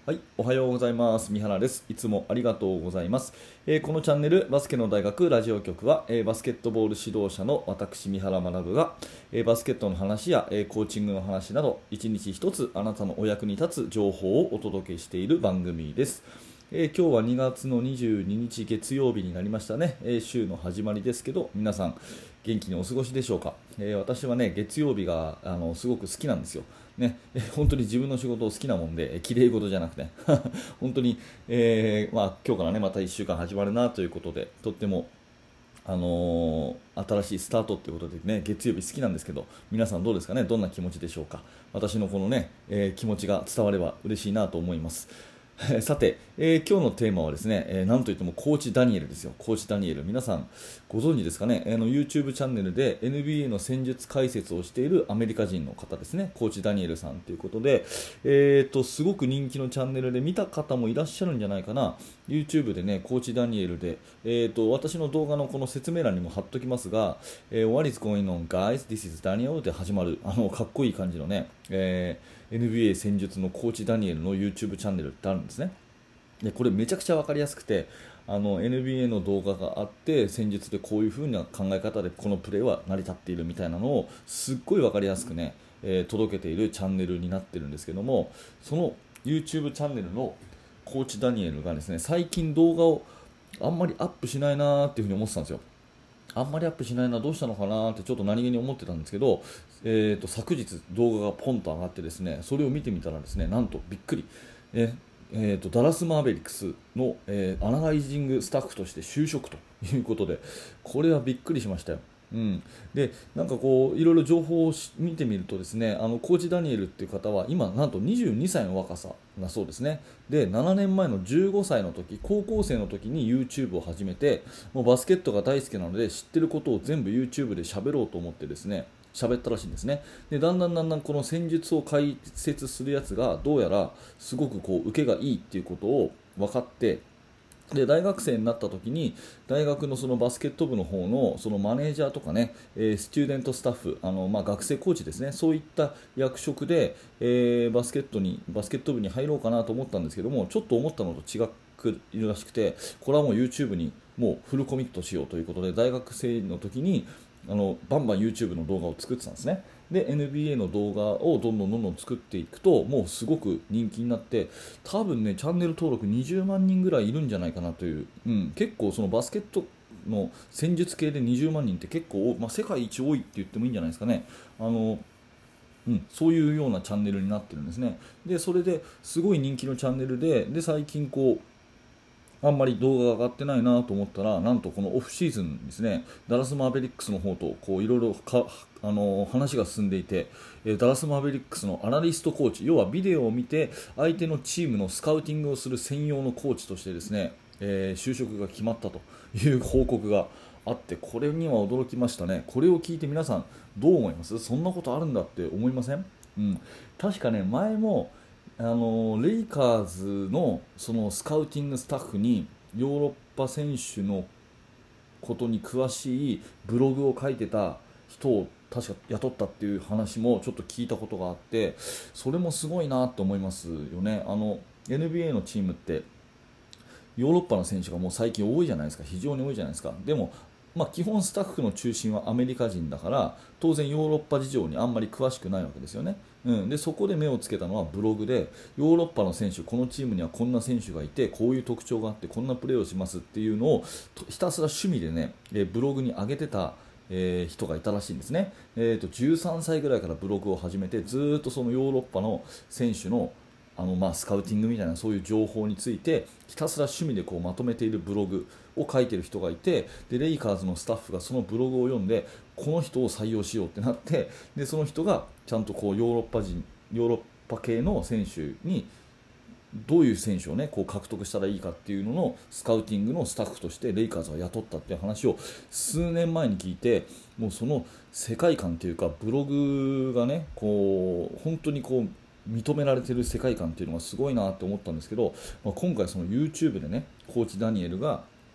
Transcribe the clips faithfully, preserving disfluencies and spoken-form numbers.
はい、おはようございます。三原です。いつもありがとうございます。えーこのチャンネルバスケの大学ラジオ局は、えーバスケットボール指導者の私三原学が、えーバスケットの話や、えーコーチングの話など一日一つあなたのお役に立つ情報をお届けしている番組です。えー今日はにがつのにじゅうににち月曜日になりましたね、えー週の始まりですけど、皆さん元気にお過ごしでしょうか。えー私はね、月曜日があのすごく好きなんですよ。ね、えー本当に自分の仕事を好きなもんで、えー綺麗事じゃなくて、本当に、えーまあ、今日からね、またいっしゅうかん始まるなということで、とっても、あのー新しいスタートということでね、月曜日好きなんですけど、皆さんどうですかね、どんな気持ちでしょうか。私のこのね、えー気持ちが伝われば嬉しいなと思います。えーさて、えー今日のテーマはですね、えーなんといってもコーチダニエルですよ。コーチダニエル。皆さんご存知ですかね、あの YouTube チャンネルで エヌビーエー の戦術解説をしているアメリカ人の方ですね、コーチダニエルさんということで、えーと、すごく人気のチャンネルで見た方もいらっしゃるんじゃないかな。YouTube でね、コーチダニエルで、えーと、私の動画のこの説明欄にも貼っときますが、えー What is going on, guys? This is Daniel で始まる、あの、かっこいい感じのね、えー エヌビーエー 戦術のコーチダニエルの YouTube チャンネルってあるんですね。でこれめちゃくちゃ分かりやすくて、あの エヌビーエー の動画があって戦術でこういう風な考え方でこのプレーは成り立っているみたいなのをすっごい分かりやすくね、えー届けているチャンネルになってるんですけども、その YouTube チャンネルのコーチダニエルがですね、最近動画をあんまりアップしないなーっていう風に思ってたんですよ。あんまりアップしないな、どうしたのかなってちょっと何気に思ってたんですけど、えー、と昨日動画がポンと上がってですね、それを見てみたらですね、なんとびっくり、ええー、とダラスマーベリックスの、えーアナライジングスタッフとして就職ということで、これはびっくりしましたよ。うん、でなんかこういろいろ情報をし見てみるとですね、あのコーチダニエルっていう方は今なんとにじゅうにさいの若さだそうですね。でななねんまえのじゅうごさいの時、高校生の時に YouTube を始めて、もうバスケットが大好きなので知ってることを全部 YouTube で喋ろうと思ってですね、喋ったらしいんですね。でだんだんだんだんこの戦術を解説するやつがどうやらすごくこう受けがいいっていうことを分かって、で大学生になった時に大学のそのバスケット部の方のそのマネージャーとかね、えースチューデントスタッフ、あの、まあ、学生コーチですね、そういった役職で、えーバスケットにバスケット部に入ろうかなと思ったんですけども、ちょっと思ったのと違くいるらしくて、これはもう YouTube にもうフルコミットしようということで、大学生の時にあのバンバン YouTube の動画を作ってたんですね。で エヌビーエー の動画をどんどんどんどん作っていくと、もうすごく人気になって、多分ねチャンネル登録にじゅうまんにんぐらいいるんじゃないかなという、うん、結構そのバスケットの戦術系でにじゅうまんにんって結構、まあ、世界一多いって言ってもいいんじゃないですかね。あのうん、そういうようなチャンネルになってるんですね。でそれですごい人気のチャンネルで、で最近こうあんまり動画が上がってないなと思ったら、なんとこのオフシーズンですね、ダラスマーベリックスの方とこういろいろかあの話が進んでいて、えーダラスマーベリックスのアナリストコーチ、要はビデオを見て相手のチームのスカウティングをする専用のコーチとしてですね、えー就職が決まったという報告があって、これには驚きましたね。これを聞いて皆さんどう思います？そんなことあるんだって思いません？うん、確かね、前もあのレイカーズのそのスカウティングスタッフにヨーロッパ選手のことに詳しいブログを書いてた人を確か雇ったっていう話もちょっと聞いたことがあって、それもすごいなと思いますよね。あの エヌビーエー のチームってヨーロッパの選手がもう最近多いじゃないですか。非常に多いじゃないですか。でも、まあ、基本スタッフの中心はアメリカ人だから、当然ヨーロッパ事情にあんまり詳しくないわけですよね。うん、でそこで目をつけたのはブログで、ヨーロッパの選手、このチームにはこんな選手がいて、こういう特徴があってこんなプレーをしますっていうのをとひたすら趣味でね、えブログに上げてた、えー人がいたらしいんですね。えーとじゅうさんさいぐらいからブログを始めて、ずーっとそのヨーロッパの選手のあのまあスカウティングみたいなそういう情報についてひたすら趣味でこうまとめているブログを書いている人がいて、でレイカーズのスタッフがそのブログを読んで、この人を採用しようってなって、でその人がちゃんとこうヨーロッパ人ヨーロッパ系の選手にどういう選手を、ね、こう獲得したらいいかっていうののスカウティングのスタッフとしてレイカーズが雇ったっていう話を数年前に聞いて、もうその世界観というかブログがね、こう本当にこう認められている世界観っていうのがすごいなと思ったんですけど、まあ、今回その YouTube でね、コーチダニエルが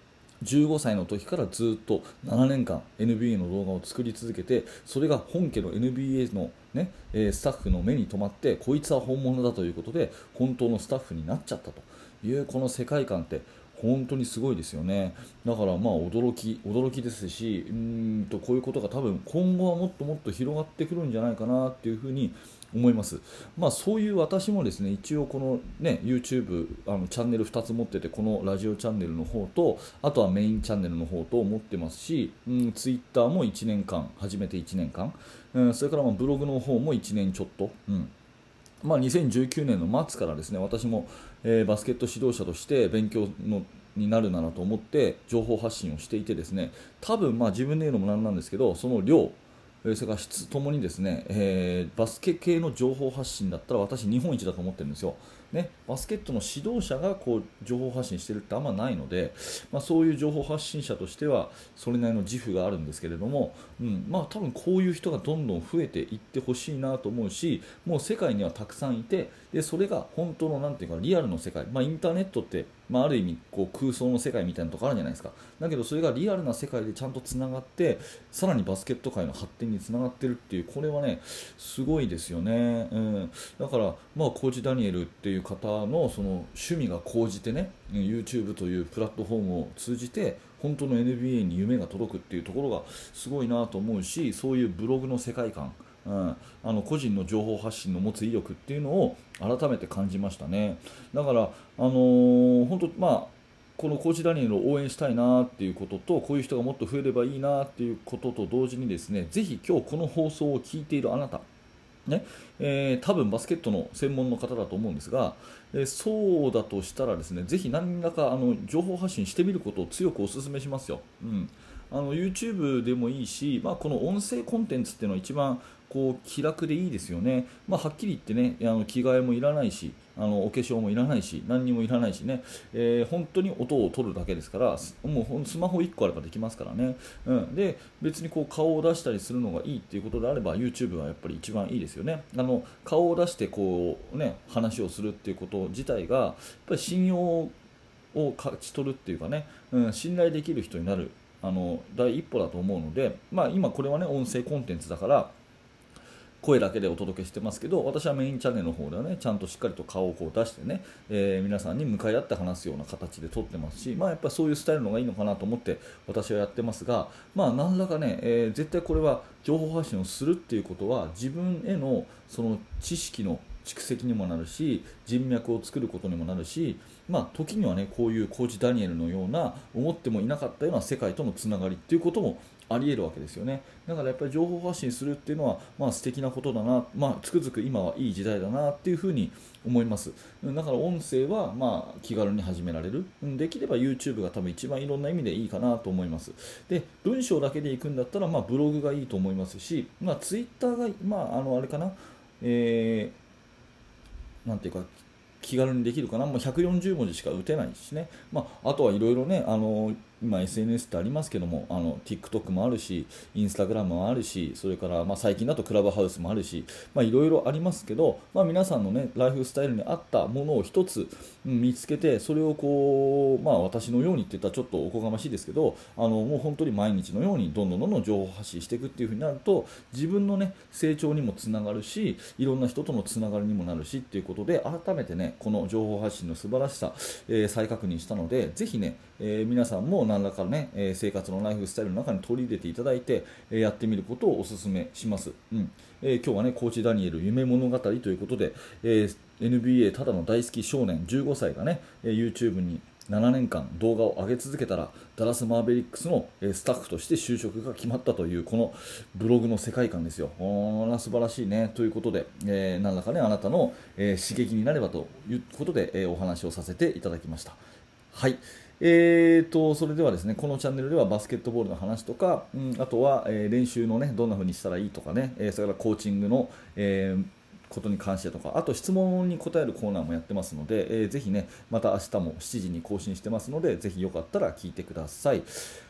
じゅうごさいの時からずっとななねんかん エヌビーエー の動画を作り続けて、それが本家の エヌビーエー の、ねえースタッフの目に留まって、こいつは本物だということで本当のスタッフになっちゃったというこの世界観って本当にすごいですよね。だからまあ驚き驚きですし、うーんとこういうことが多分今後はもっともっと広がってくるんじゃないかなっていうふうに思います。まあ、そういう私もですね、一応この、ね、YouTube あのチャンネルふたつ持ってて、このラジオチャンネルの方と、あとはメインチャンネルの方と持ってますし、うん、Twitter もいちねんかん、初めていちねんかん、うん、それからまあブログの方もいちねんちょっと、うんまあ、にせんじゅうきゅうねんの末からですね、私も、えーバスケット指導者として勉強のになるならと思って情報発信をしていてですね、多分まあ自分で言うのもなんなんですけど、その量、えーそれから質ともにですね、えーバスケ系の情報発信だったら私日本一だと思ってるんですよ。ね、バスケットの指導者がこう情報発信してるってあんまないので、まあ、そういう情報発信者としてはそれなりの自負があるんですけれども、うんまあ、多分こういう人がどんどん増えていってほしいなと思うし、もう世界にはたくさんいて、でそれが本当のなんていうかリアルの世界、まあ、インターネットって、まあ、ある意味こう空想の世界みたいなところあるじゃないですか。だけどそれがリアルな世界でちゃんとつながって、さらにバスケット界の発展につながっているっていう、これはねすごいですよね。うん、だから、まあ、コーチダニエルっていう方のその趣味が高じてね、 YouTube というプラットフォームを通じて本当の エヌビーエー に夢が届くっていうところがすごいなと思うし、そういうブログの世界観、うん、あの個人の情報発信の持つ威力っていうのを改めて感じましたね。だから、あのー本当まあこのコーチダニエルを応援したいなっていうことと、こういう人がもっと増えればいいなっていうことと同時にですね、ぜひ今日この放送を聞いているあなた、ねえー多分バスケットの専門の方だと思うんですが、えーそうだとしたらですね、ぜひ何らかあの情報発信してみることを強くお勧めしますよ。うん、あの YouTube でもいいし、まあ、この音声コンテンツっていうのは一番こう気楽でいいですよね。まあ、はっきり言ってね、あの着替えもいらないし、あのお化粧もいらないし、何にもいらないしね、えー本当に音を取るだけですから、すもうほんスマホいっこあればできますからね。うん、で別にこう顔を出したりするのがいいっていうことであれば YouTube はやっぱり一番いいですよね。あの顔を出してこう、ね、話をするっていうこと自体がやっぱり信用を勝ち取るっていうかね、うん、信頼できる人になるあの第一歩だと思うので、まあ、今これはね音声コンテンツだから声だけでお届けしてますけど、私はメインチャンネルの方ではねちゃんとしっかりと顔をこう出してね、えー皆さんに向かい合って話すような形で撮ってますし、まあ、やっぱりそういうスタイルの方がいいのかなと思って私はやってますが、まあ、何らかね、えー絶対これは情報発信をするっていうことは自分へのその知識の蓄積にもなるし、人脈を作ることにもなるし、まあ、時にはねこういうコーチダニエルのような思ってもいなかったような世界とのつながりっていうこともあり得るわけですよね。だからやっぱり情報発信するっていうのは、まあ、素敵なことだな、まあ、つくづく今はいい時代だなっていうふうに思います。うんだから音声はまあ気軽に始められる、うんできれば YouTube が多分一番いろんな意味でいいかなと思います。で文章だけでいくんだったら、まあ、ブログがいいと思いますし、まあ、Twitter が、まあ、あのあれかな、えーなんていうか気軽にできるかな、もうひゃくよんじゅうもじしか打てないしね、まあ、あとはいろいろね、あの今 エスエヌエス ってありますけども、あの TikTok もあるし、Instagram もあるし、それからまあ最近だとクラブハウスもあるし、まあいろいろありますけど、まあ、皆さんのねライフスタイルに合ったものを一つうん見つけて、それをこう、まあ、私のようにって言ったらちょっとおこがましいですけど、あのもう本当に毎日のようにどんどんどんどん情報発信していくっていう風になると、自分のね成長にもつながるし、いろんな人とのつながりにもなるしっていうことで、改めてねこの情報発信の素晴らしさ、えー再確認したので、ぜひね、えー皆さんも何らかのね、えー生活のライフスタイルの中に取り入れていただいて、えーやってみることをお勧めします。うんえー今日はねコーチダニエル夢物語ということで、えー エヌビーエー ただの大好き少年じゅうごさいがね、えー YouTube にななねんかん動画を上げ続けたらダラスマーベリックスのえースタッフとして就職が決まったというこのブログの世界観ですよ。これは素晴らしいねということで、えー何らかねあなたの、えー刺激になればということで、えーお話をさせていただきました。はい、えーとそれではですね、このチャンネルではバスケットボールの話とか、うん、あとは、えー練習のねどんな風にしたらいいとかね、えーそれからコーチングの、えーことに関してとか、あと質問に答えるコーナーもやってますので、えーぜひねまた明日もしちじに更新してますので、ぜひよかったら聞いてください。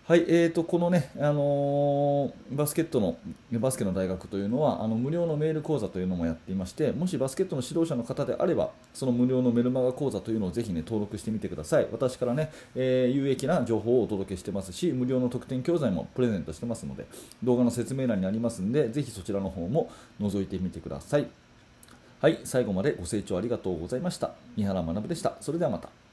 はい、えーと、このね、あのーバスケットの、バスケの大学というのは、あの無料のメール講座というのもやっていまして、もしバスケットの指導者の方であれば、その無料のメルマガ講座というのをぜひね、登録してみてください。私からね、えー有益な情報をお届けしてますし、無料の特典教材もプレゼントしてますので、動画の説明欄にありますので、ぜひそちらの方も覗いてみてください。はい、最後までご清聴ありがとうございました。三原学でした。それではまた。